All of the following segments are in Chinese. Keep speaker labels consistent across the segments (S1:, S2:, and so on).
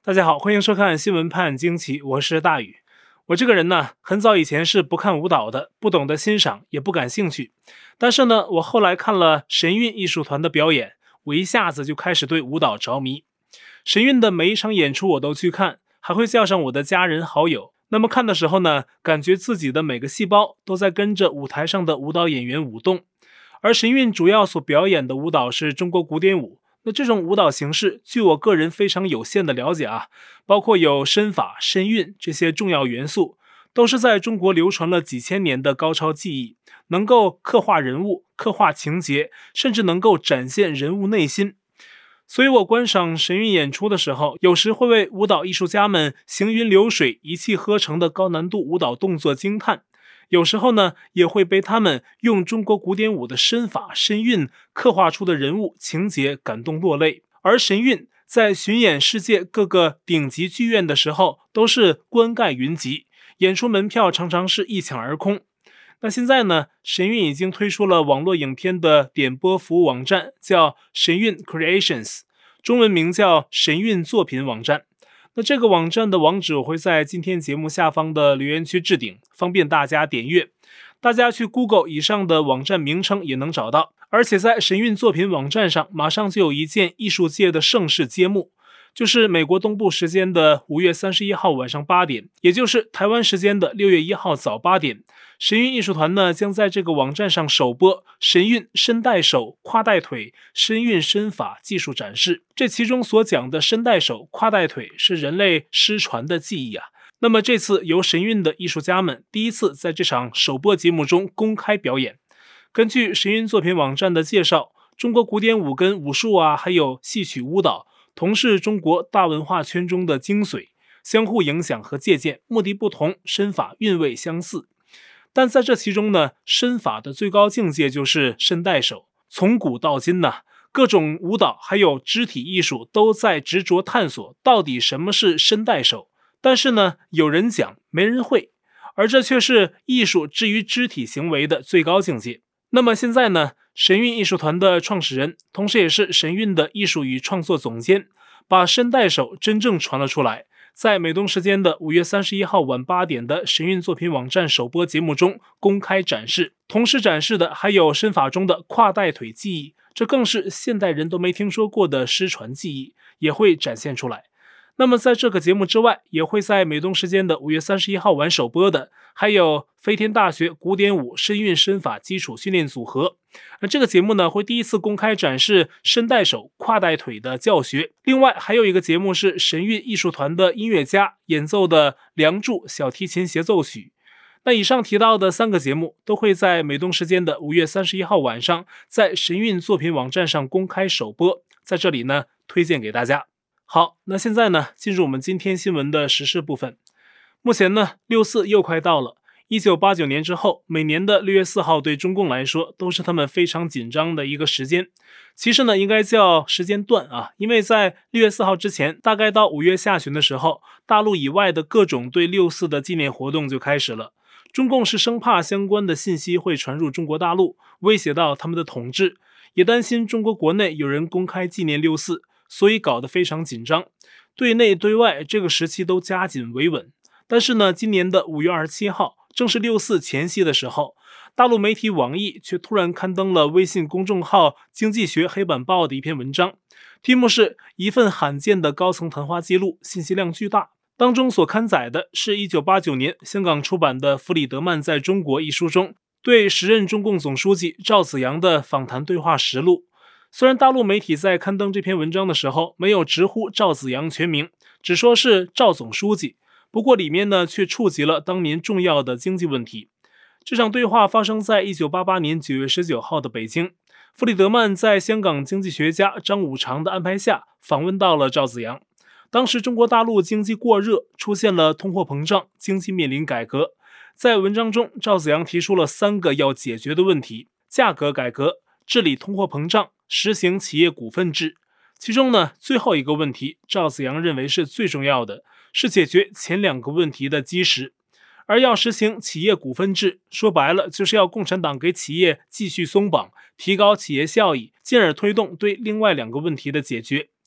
S1: 大家好，欢迎收看新闻判惊奇，我是大宇。我这个人呢，很早以前是不看舞蹈的，不懂得欣赏，也不感兴趣。但是呢，我后来看了神韵艺术团的表演，我一下子就开始对舞蹈着迷。神韵的每一场演出我都去看，还会叫上我的家人好友。那么看的时候呢，感觉自己的每个细胞都在跟着舞台上的舞蹈演员舞动。而神韵主要所表演的舞蹈是中国古典舞。那这种舞蹈形式，据我个人非常有限的了解包括有身法、身韵这些重要元素，都是在中国流传了几千年的高超技艺，能够刻画人物、刻画情节，甚至能够展现人物内心。所以我观赏神韵演出的时候，有时会为舞蹈艺术家们行云流水、一气呵成的高难度舞蹈动作惊叹。有时候呢，也会被他们用中国古典舞的身法、身韵刻画出的人物情节感动落泪。而神韵在巡演世界各个顶级剧院的时候，都是冠盖云集，演出门票常常是一抢而空。那现在呢，神韵已经推出了网络影片的点播服务网站，叫神韵 Creations， 中文名叫神韵作品网站。那这个网站的网址我会在今天节目下方的留言区置顶，方便大家点阅。大家去 Google 以上的网站名称也能找到。而且在神韵作品网站上，马上就有一件艺术界的盛事揭幕，就是美国东部时间的5月31号晚上8点，也就是台湾时间的6月1号早8点，神韵艺术团呢将在这个网站上首播神韵身带手、跨带腿、身韵身法技术展示。这其中所讲的身带手、跨带腿是人类失传的技艺那么这次由神韵的艺术家们第一次在这场首播节目中公开表演。根据神韵作品网站的介绍，中国古典舞跟武术还有戏曲舞蹈同是中国大文化圈中的精髓，相互影响和借鉴，目的不同，身法韵味相似。但在这其中呢，身法的最高境界就是身带手。从古到今各种舞蹈还有肢体艺术都在执着探索到底什么是身带手。但是呢，有人讲，没人会，而这却是艺术至于肢体行为的最高境界。那么现在呢，神韵艺术团的创始人，同时也是神韵的艺术与创作总监，把身带手真正传了出来，在美东时间的5月31号晚8点的神韵作品网站首播节目中公开展示。同时展示的还有身法中的跨带腿技艺，这更是现代人都没听说过的失传技艺，也会展现出来。那么在这个节目之外，也会在美东时间的5月31号晚首播的还有飞天大学古典舞身韵身法基础训练组合。这个节目呢，会第一次公开展示身带手、跨带腿的教学。另外还有一个节目是神韵艺术团的音乐家演奏的梁祝小提琴协奏曲。那以上提到的3个节目都会在美东时间的5月31号晚上在神韵作品网站上公开首播，在这里呢推荐给大家。好，那现在呢，进入我们今天新闻的时事部分。目前呢，6·4又快到了。1989年之后，每年的6月4号对中共来说都是他们非常紧张的一个时间。其实呢，应该叫时间段因为在6月4号之前，大概到5月下旬的时候，大陆以外的各种对6·4的纪念活动就开始了。中共是生怕相关的信息会传入中国大陆，威胁到他们的统治，也担心中国国内有人公开纪念6·4，所以搞得非常紧张，对内对外这个时期都加紧维稳。但是呢，今年的5月27号，正是6·4前夕的时候，大陆媒体网易却突然刊登了微信公众号经济学黑板报的一篇文章，题目是一份罕见的高层谈话记录，信息量巨大。当中所刊载的是1989年香港出版的弗里德曼在中国一书中对时任中共总书记赵紫阳的访谈对话实录。虽然大陆媒体在刊登这篇文章的时候没有直呼赵紫阳全名，只说是赵总书记，不过里面呢却触及了当年重要的经济问题。这场对话发生在1988年9月19号的北京，弗里德曼在香港经济学家张五常的安排下访问到了赵紫阳。当时中国大陆经济过热，出现了通货膨胀，经济面临改革。在文章中，赵紫阳提出了3个要解决的问题：价格改革、治理通货膨胀、实行企业股份制。其中呢，最后一个问题，赵紫阳认为是最重要的，是解决前2个问题的基石。而要实行企业股份制，说白了就是要共产党给企业继续松绑，提高企业效益，进而推动对另外2个问题的解决。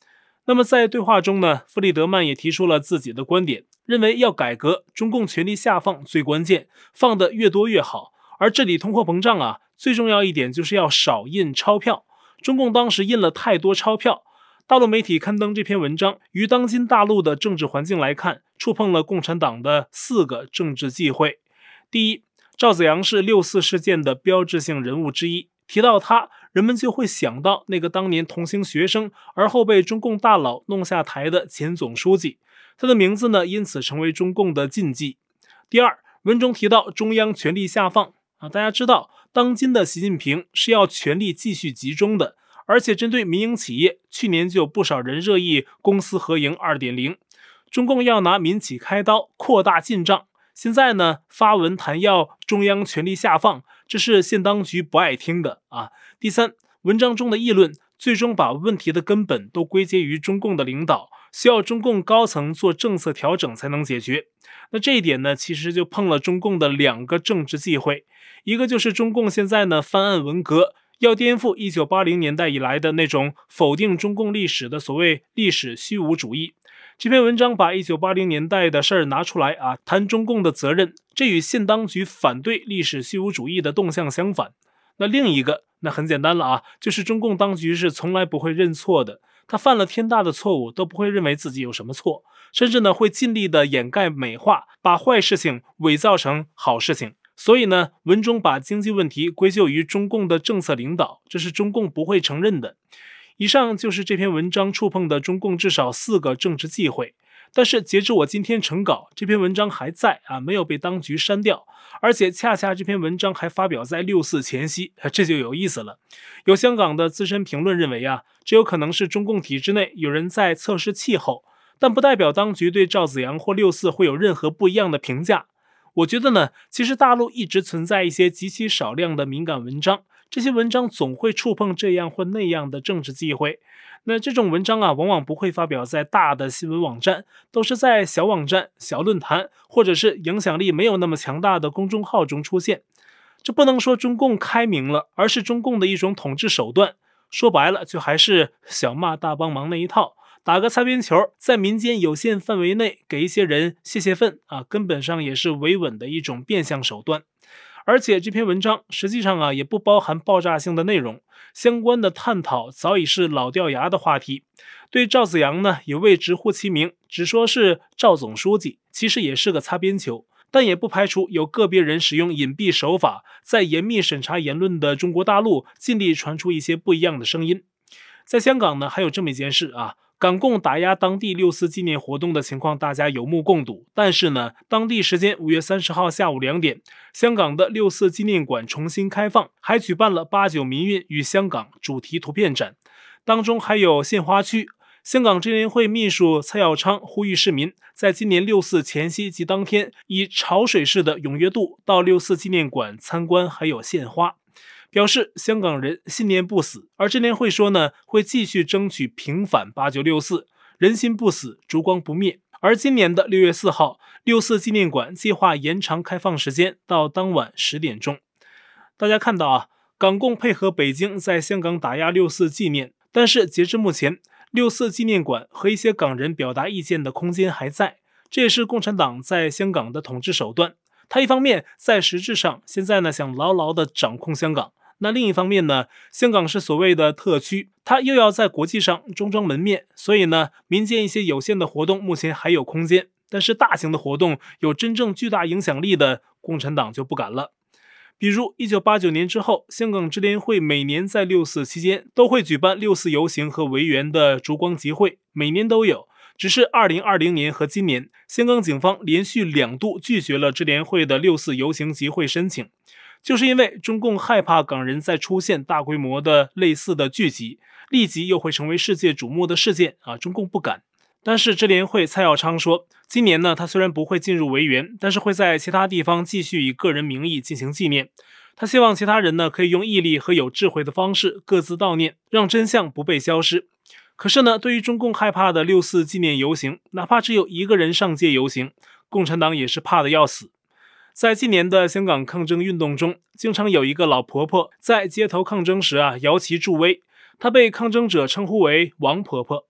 S1: 那么在对话中呢，弗里德曼也提出了自己的观点，认为要改革，中共权力下放最关键，放得越多越好。而治理通货膨胀啊，最重要一点就是要少印钞票。中共当时印了太多钞票。大陆媒体刊登这篇文章，于当今大陆的政治环境来看，触碰了共产党的4个政治忌讳。第一，赵紫阳是6·4事件的标志性人物之一，提到他，人们就会想到那个当年同行学生，而后被中共大佬弄下台的前总书记，他的名字呢，因此成为中共的禁忌。第二，文中提到中央权力下放大家知道，当今的习近平是要权力继续集中的，而且针对民营企业，去年就有不少人热议公私合营 2.0， 中共要拿民企开刀，扩大进账。现在呢，发文谈要中央权力下放，这是现当局不爱听的啊。第三，文章中的议论最终把问题的根本都归结于中共的领导，需要中共高层做政策调整才能解决。那这一点呢，其实就碰了中共的2个政治忌讳，一个就是中共现在呢翻案文革，要颠覆1980年代以来的那种否定中共历史的所谓历史虚无主义。这篇文章把1980年代的事儿拿出来谈中共的责任，这与现当局反对历史虚无主义的动向相反。那另一个，那很简单了就是中共当局是从来不会认错的，他犯了天大的错误都不会认为自己有什么错，甚至呢会尽力的掩盖美化，把坏事情伪造成好事情。所以呢，文中把经济问题归咎于中共的政策领导，这是中共不会承认的。以上就是这篇文章触碰的中共至少4个政治忌讳，但是截至我今天成稿，这篇文章还在没有被当局删掉，而且恰恰这篇文章还发表在6·4前夕，这就有意思了。有香港的资深评论认为这有可能是中共体制内有人在测试气候，但不代表当局对赵紫阳或6·4会有任何不一样的评价。我觉得呢，其实大陆一直存在一些极其少量的敏感文章，这些文章总会触碰这样或那样的政治忌讳。那这种文章往往不会发表在大的新闻网站，都是在小网站、小论坛，或者是影响力没有那么强大的公众号中出现。这不能说中共开明了，而是中共的一种统治手段。说白了，就还是小骂大帮忙那一套。打个擦边球，在民间有限范围内给一些人泄愤根本上也是维稳的一种变相手段。而且这篇文章实际上也不包含爆炸性的内容，相关的探讨早已是老掉牙的话题。对赵紫阳呢，也未直呼其名，只说是赵总书记，其实也是个擦边球。但也不排除有个别人使用隐蔽手法，在严密审查言论的中国大陆尽力传出一些不一样的声音。在香港呢，还有这么一件事港共打压当地6·4纪念活动的情况大家有目共睹，但是呢，当地时间5月30号下午2点，香港的6·4纪念馆重新开放，还举办了89民运与香港主题图片展，当中还有献花区。香港支联会秘书蔡耀昌呼吁市民在今年6·4前夕及当天，以潮水式的踊跃度到6·4纪念馆参观还有献花，表示香港人信念不死。而支联会说呢，会继续争取平反8964，人心不死，烛光不灭。而今年的6月4号，6·4纪念馆计划延长开放时间到当晚10点钟。大家看到港共配合北京在香港打压6·4纪念，但是截至目前，6·4纪念馆和一些港人表达意见的空间还在，这也是共产党在香港的统治手段。他一方面在实质上现在呢想牢牢地掌控香港，那另一方面呢，香港是所谓的特区，他又要在国际上装门面，所以呢，民间一些有限的活动目前还有空间，但是大型的活动有真正巨大影响力的，共产党就不敢了。比如1989年之后，香港支联会每年在6·4期间都会举办6·4游行和维园的烛光集会，每年都有。只是2020年和今年，香港警方连续2度拒绝了支联会的6·4游行集会申请，就是因为中共害怕港人再出现大规模的类似的聚集，立即又会成为世界瞩目的事件中共不敢。但是支联会蔡耀昌说，今年呢，他虽然不会进入维园，但是会在其他地方继续以个人名义进行纪念。他希望其他人呢，可以用毅力和有智慧的方式各自悼念，让真相不被消失。可是呢，对于中共害怕的6·4纪念游行，哪怕只有1个人上街游行，共产党也是怕得要死。在今年的香港抗争运动中，经常有一个老婆婆在街头抗争时摇旗助威，她被抗争者称呼为王婆婆。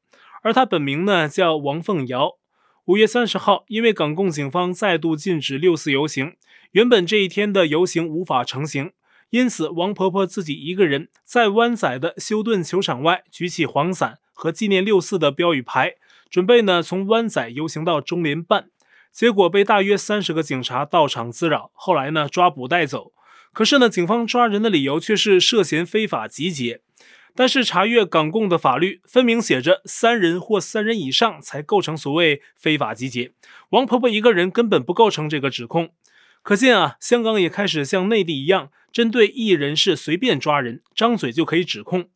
S1: 而他本名呢叫王凤瑶。5月30号，因为港共警方再度禁止6·4游行，原本这一天的游行无法成行，因此王婆婆自己一个人在湾仔的休顿球场外举起黄伞和纪念6·4的标语牌，准备呢从湾仔游行到中联办，结果被大约30个警察到场滋扰，后来呢抓捕带走。可是呢，警方抓人的理由却是涉嫌非法集结。但是查阅港共的法律，分明写着3人或3人以上才构成所谓非法集结。王婆婆一个人根本不构成这个指控。可见啊，香港也开始像内地一样，针对异议人士随便抓人，张嘴就可以指控。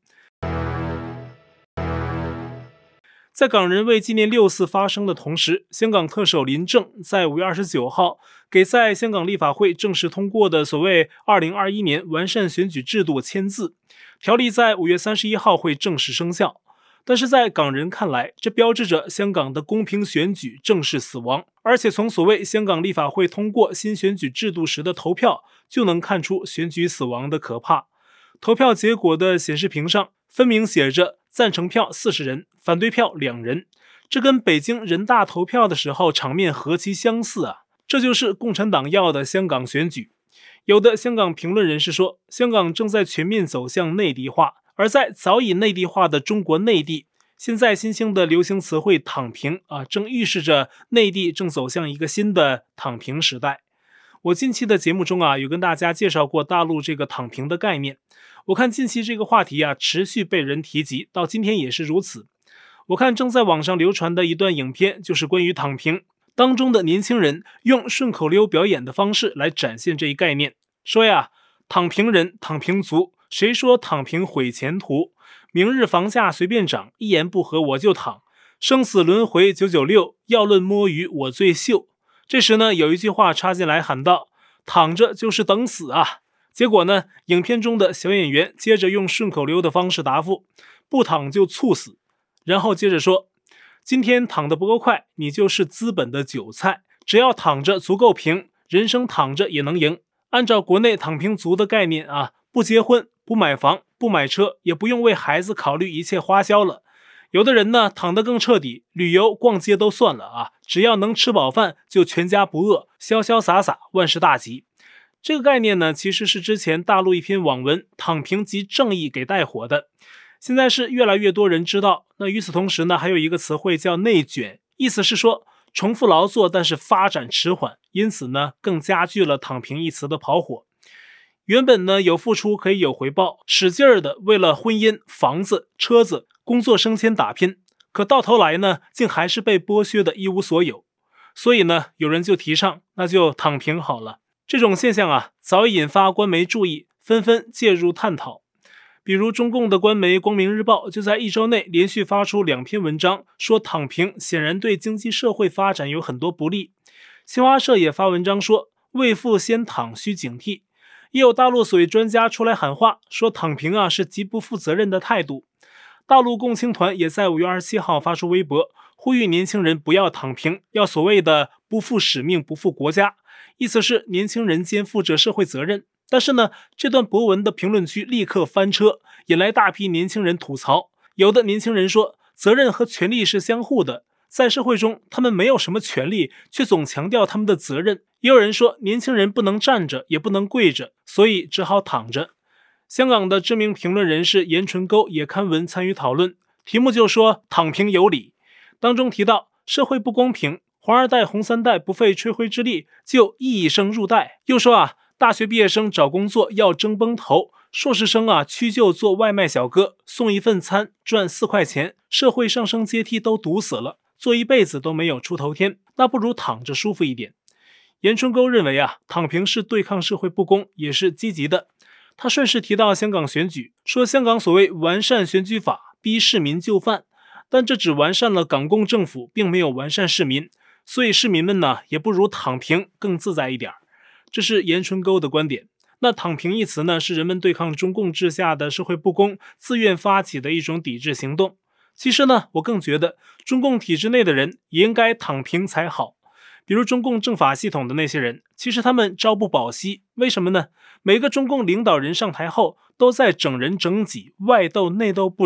S1: 在港人为纪念6·4发声的同时，香港特首林郑在5月29号给在香港立法会正式通过的所谓2021年完善选举制度签字，条例在5月31号会正式生效。但是在港人看来，这标志着香港的公平选举正式死亡，而且从所谓香港立法会通过新选举制度时的投票就能看出选举死亡的可怕。投票结果的显示屏上分明写着赞成票40人，反对票2人，这跟北京人大投票的时候场面何其相似啊！这就是共产党要的香港选举。有的香港评论人士说，香港正在全面走向内地化，而在早已内地化的中国内地，现在新兴的流行词汇躺平正预示着内地正走向一个新的躺平时代。我近期的节目中有跟大家介绍过大陆这个躺平的概念。我看近期这个话题持续被人提及，到今天也是如此。我看正在网上流传的一段影片，就是关于躺平，当中的年轻人用顺口溜表演的方式来展现这一概念，说躺平人躺平族，谁说躺平毁前途，明日房价随便涨，一言不合我就躺，生死轮回996，要论摸鱼我最秀。这时呢，有一句话插进来喊道，躺着就是等死啊。结果呢，影片中的小演员接着用顺口溜的方式答复，不躺就猝死，然后接着说，今天躺得不够快，你就是资本的韭菜，只要躺着足够平，人生躺着也能赢。按照国内躺平族的概念不结婚，不买房，不买车，也不用为孩子考虑一切花销了。有的人呢，躺得更彻底，旅游逛街都算了只要能吃饱饭就全家不饿，潇潇洒洒，万事大吉。这个概念呢，其实是之前大陆一篇网文躺平即正义给带火的，现在是越来越多人知道。那与此同时呢，还有一个词汇叫内卷，意思是说重复劳作但是发展迟缓，因此呢更加剧了躺平一词的跑火。原本呢有付出可以有回报，使劲儿的为了婚姻、房子、车子、工作升迁打拼，可到头来呢竟还是被剥削的一无所有。所以呢有人就提倡，那就躺平好了。这种现象早已引发官媒注意，纷纷介入探讨。比如中共的官媒光明日报就在1周内连续发出2篇文章，说躺平显然对经济社会发展有很多不利。新华社也发文章说，未富先躺需警惕。也有大陆所谓专家出来喊话，说躺平是极不负责任的态度。大陆共青团也在5月27号发出微博，呼吁年轻人不要躺平，要所谓的不负使命不负国家，意思是年轻人肩负着社会责任。但是呢，这段博文的评论区立刻翻车，引来大批年轻人吐槽。有的年轻人说，责任和权利是相互的，在社会中他们没有什么权利，却总强调他们的责任。也有人说，年轻人不能站着也不能跪着，所以只好躺着。香港的知名评论人士严纯沟也刊文参与讨论，题目就说躺平有理，当中提到社会不公平，黄二代红三代不费吹灰之力就熠熠生入袋，又说大学毕业生找工作要争崩头，硕士生屈就做外卖小哥，送一份餐赚4块钱，社会上升阶梯都堵死了，做一辈子都没有出头天，那不如躺着舒服一点。严春沟认为躺平是对抗社会不公，也是积极的。他顺势提到香港选举，说香港所谓完善选举法，逼市民就范，但这只完善了港共政府，并没有完善市民，所以市民们呢，也不如躺平更自在一点。这是严春沟的观点。那躺平一词呢，是人们对抗中共治下的社会不公自愿发起的一种抵制行动。其实呢，我更觉得中共体制内的人也应该躺平才好。比如中共政法系统的那些人，其实他们朝不保夕，为什么呢？每个中共领导人上台后都在整人整己，外斗内斗不止，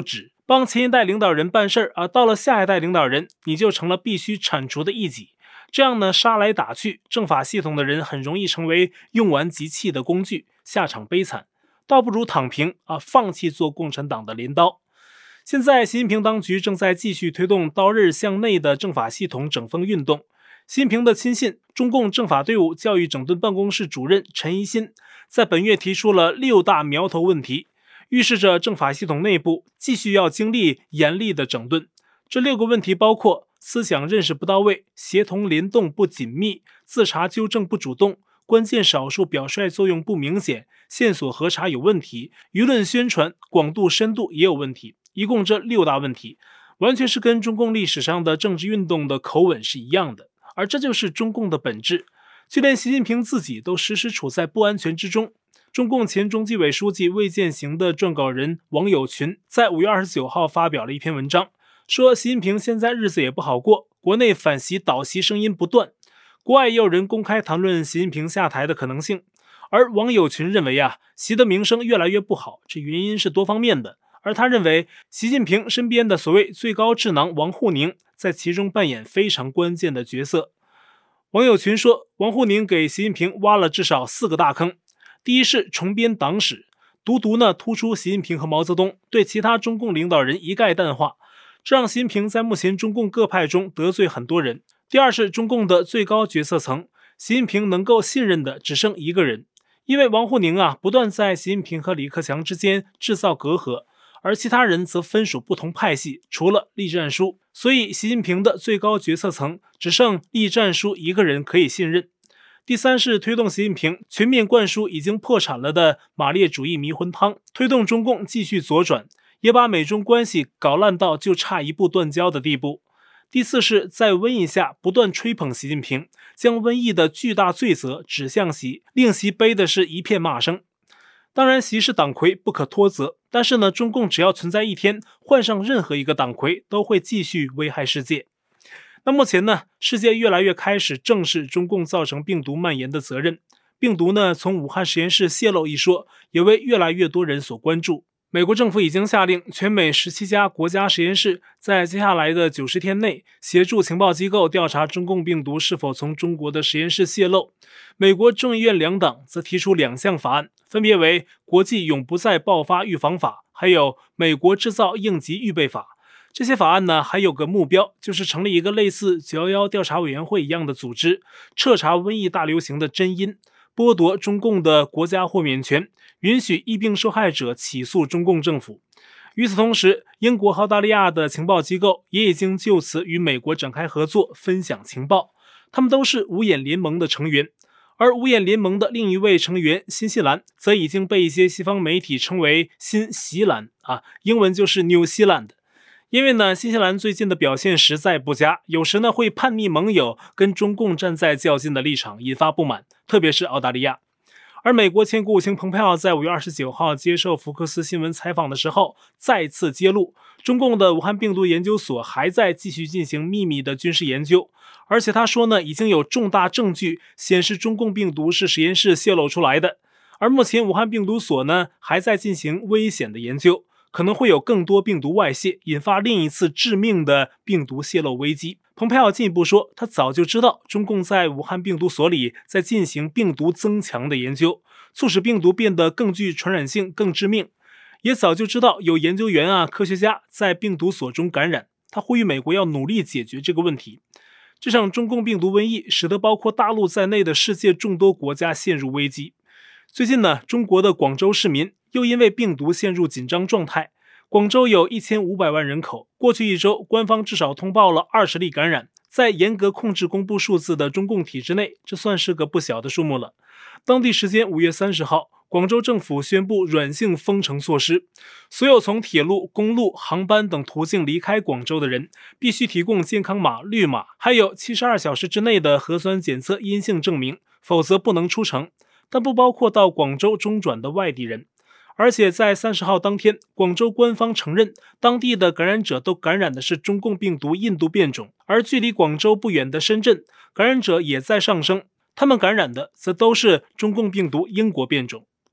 S1: 帮前一代领导人办事儿到了下一代领导人，你就成了必须铲除的异己。这样呢，杀来打去，政法系统的人很容易成为用完即弃的工具，下场悲惨。倒不如躺平放弃做共产党的镰刀。现在习近平当局正在继续推动刀刃向内的政法系统整风运动。习近平的亲信、中共政法队伍教育整顿办公室主任陈一新在本月提出了6大苗头问题，预示着政法系统内部继续要经历严厉的整顿。这6个问题包括思想认识不到位、协同联动不紧密、自查纠正不主动、关键少数表率作用不明显、线索核查有问题、舆论宣传广度深度也有问题。一共这6大问题，完全是跟中共历史上的政治运动的口吻是一样的，而这就是中共的本质。就连习近平自己都时时处在不安全之中。中共前中纪委书记魏建行的撰稿人王友群在5月29号发表了一篇文章，说习近平现在日子也不好过，国内反习倒习声音不断，国外也有人公开谈论习近平下台的可能性。而王友群认为习的名声越来越不好，这原因是多方面的。而他认为习近平身边的所谓最高智囊王沪宁在其中扮演非常关键的角色。王友群说，王沪宁给习近平挖了至少4个大坑。第一是重编党史，独突出习近平和毛泽东，对其他中共领导人一概淡化，这让习近平在目前中共各派中得罪很多人。第二是中共的最高决策层，习近平能够信任的只剩一个人，因为王沪宁不断在习近平和李克强之间制造隔阂，而其他人则分属不同派系，除了栗战书，所以习近平的最高决策层只剩栗战书一个人可以信任。第三是推动习近平全面灌输已经破产了的马列主义迷魂汤，推动中共继续左转，也把美中关系搞烂到就差一步断交的地步。第四是在瘟疫下不断吹捧习近平，将瘟疫的巨大罪责指向习，令习背的是一片骂声。当然习是党魁不可脱责，但是呢，中共只要存在一天，换上任何一个党魁都会继续危害世界。那目前呢，世界越来越开始正视中共造成病毒蔓延的责任。病毒呢，从武汉实验室泄露一说，也为越来越多人所关注。美国政府已经下令全美17家国家实验室在接下来的90天内协助情报机构调查中共病毒是否从中国的实验室泄露。美国众议院2党则提出2项法案，分别为国际永不再爆发预防法，还有美国制造应急预备法。这些法案呢，还有个目标，就是成立一个类似911调查委员会一样的组织，彻查瘟疫大流行的真因，剥夺中共的国家豁免权，允许疫病受害者起诉中共政府。与此同时，英国和澳大利亚的情报机构也已经就此与美国展开合作，分享情报。他们都是五眼联盟的成员。而五眼联盟的另一位成员新西兰则已经被一些西方媒体称为新西兰英文就是 New Zealand。因为呢，新西兰最近的表现实在不佳，有时呢会叛逆盟友，跟中共站在较劲的立场，引发不满，特别是澳大利亚。而美国前国务卿蓬佩奥在5月29号接受福克斯新闻采访的时候，再次揭露中共的武汉病毒研究所还在继续进行秘密的军事研究，而且他说呢，已经有重大证据显示中共病毒是实验室泄露出来的。而目前武汉病毒所呢还在进行危险的研究，可能会有更多病毒外泄，引发另一次致命的病毒泄漏危机。蓬佩奥进一步说，他早就知道中共在武汉病毒所里在进行病毒增强的研究，促使病毒变得更具传染性、更致命。也早就知道有研究员科学家在病毒所中感染。他呼吁美国要努力解决这个问题。这场中共病毒瘟疫使得包括大陆在内的世界众多国家陷入危机。最近呢，中国的广州市民又因为病毒陷入紧张状态。广州有1500万人口，过去一周官方至少通报了20例感染，在严格控制公布数字的中共体制内，这算是个不小的数目了。当地时间5月30号，广州政府宣布软性封城措施，所有从铁路、公路、航班等途径离开广州的人，必须提供健康码、绿码，还有72小时之内的核酸检测阴性证明，否则不能出城，但不包括到广州中转的外地人。而且在30号当天，广州官方承认当地的感染者都感染的是中共病毒印度变种，而距离广州不远的深圳，感染者也在上升，他们感染的则都是中共病毒英国变种。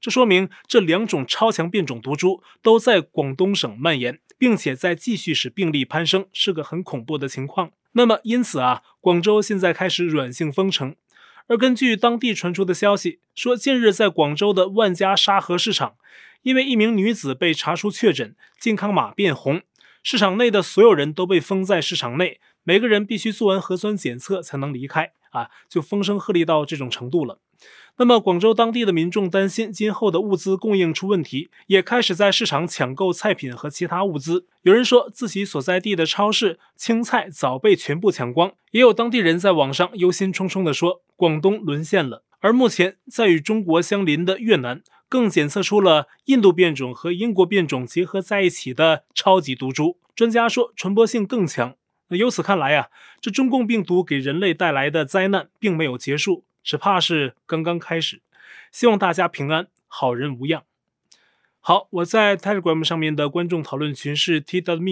S1: 这说明这2种超强变种毒株都在广东省蔓延，并且在继续使病例攀升，是个很恐怖的情况。那么因此广州现在开始软性封城。而根据当地传出的消息说，近日在广州的万家沙河市场，因为一名女子被查出确诊，健康码变红，市场内的所有人都被封在市场内，每个人必须做完核酸检测才能离开就风声鹤唳到这种程度了。那么广州当地的民众担心今后的物资供应出问题，也开始在市场抢购菜品和其他物资。有人说自己所在地的超市青菜早被全部抢光，也有当地人在网上忧心忡忡地说广东沦陷了。而目前在与中国相邻的越南更检测出了印度变种和英国变种结合在一起的超级毒株，专家说传播性更强。由此看来这中共病毒给人类带来的灾难并没有结束，只怕是刚刚开始。希望大家平安，好人无恙。好，我在 Telegram 上面的观众讨论群是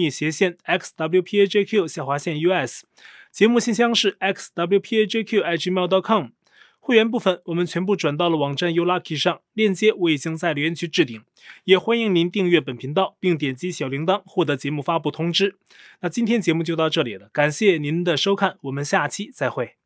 S1: t.me/xwpajq_US， 节目信箱是 xwpajq@gmail.com。会员部分我们全部转到了网站 YouLucky 上，链接我已经在留言区置顶，也欢迎您订阅本频道并点击小铃铛获得节目发布通知。那今天节目就到这里了，感谢您的收看，我们下期再会。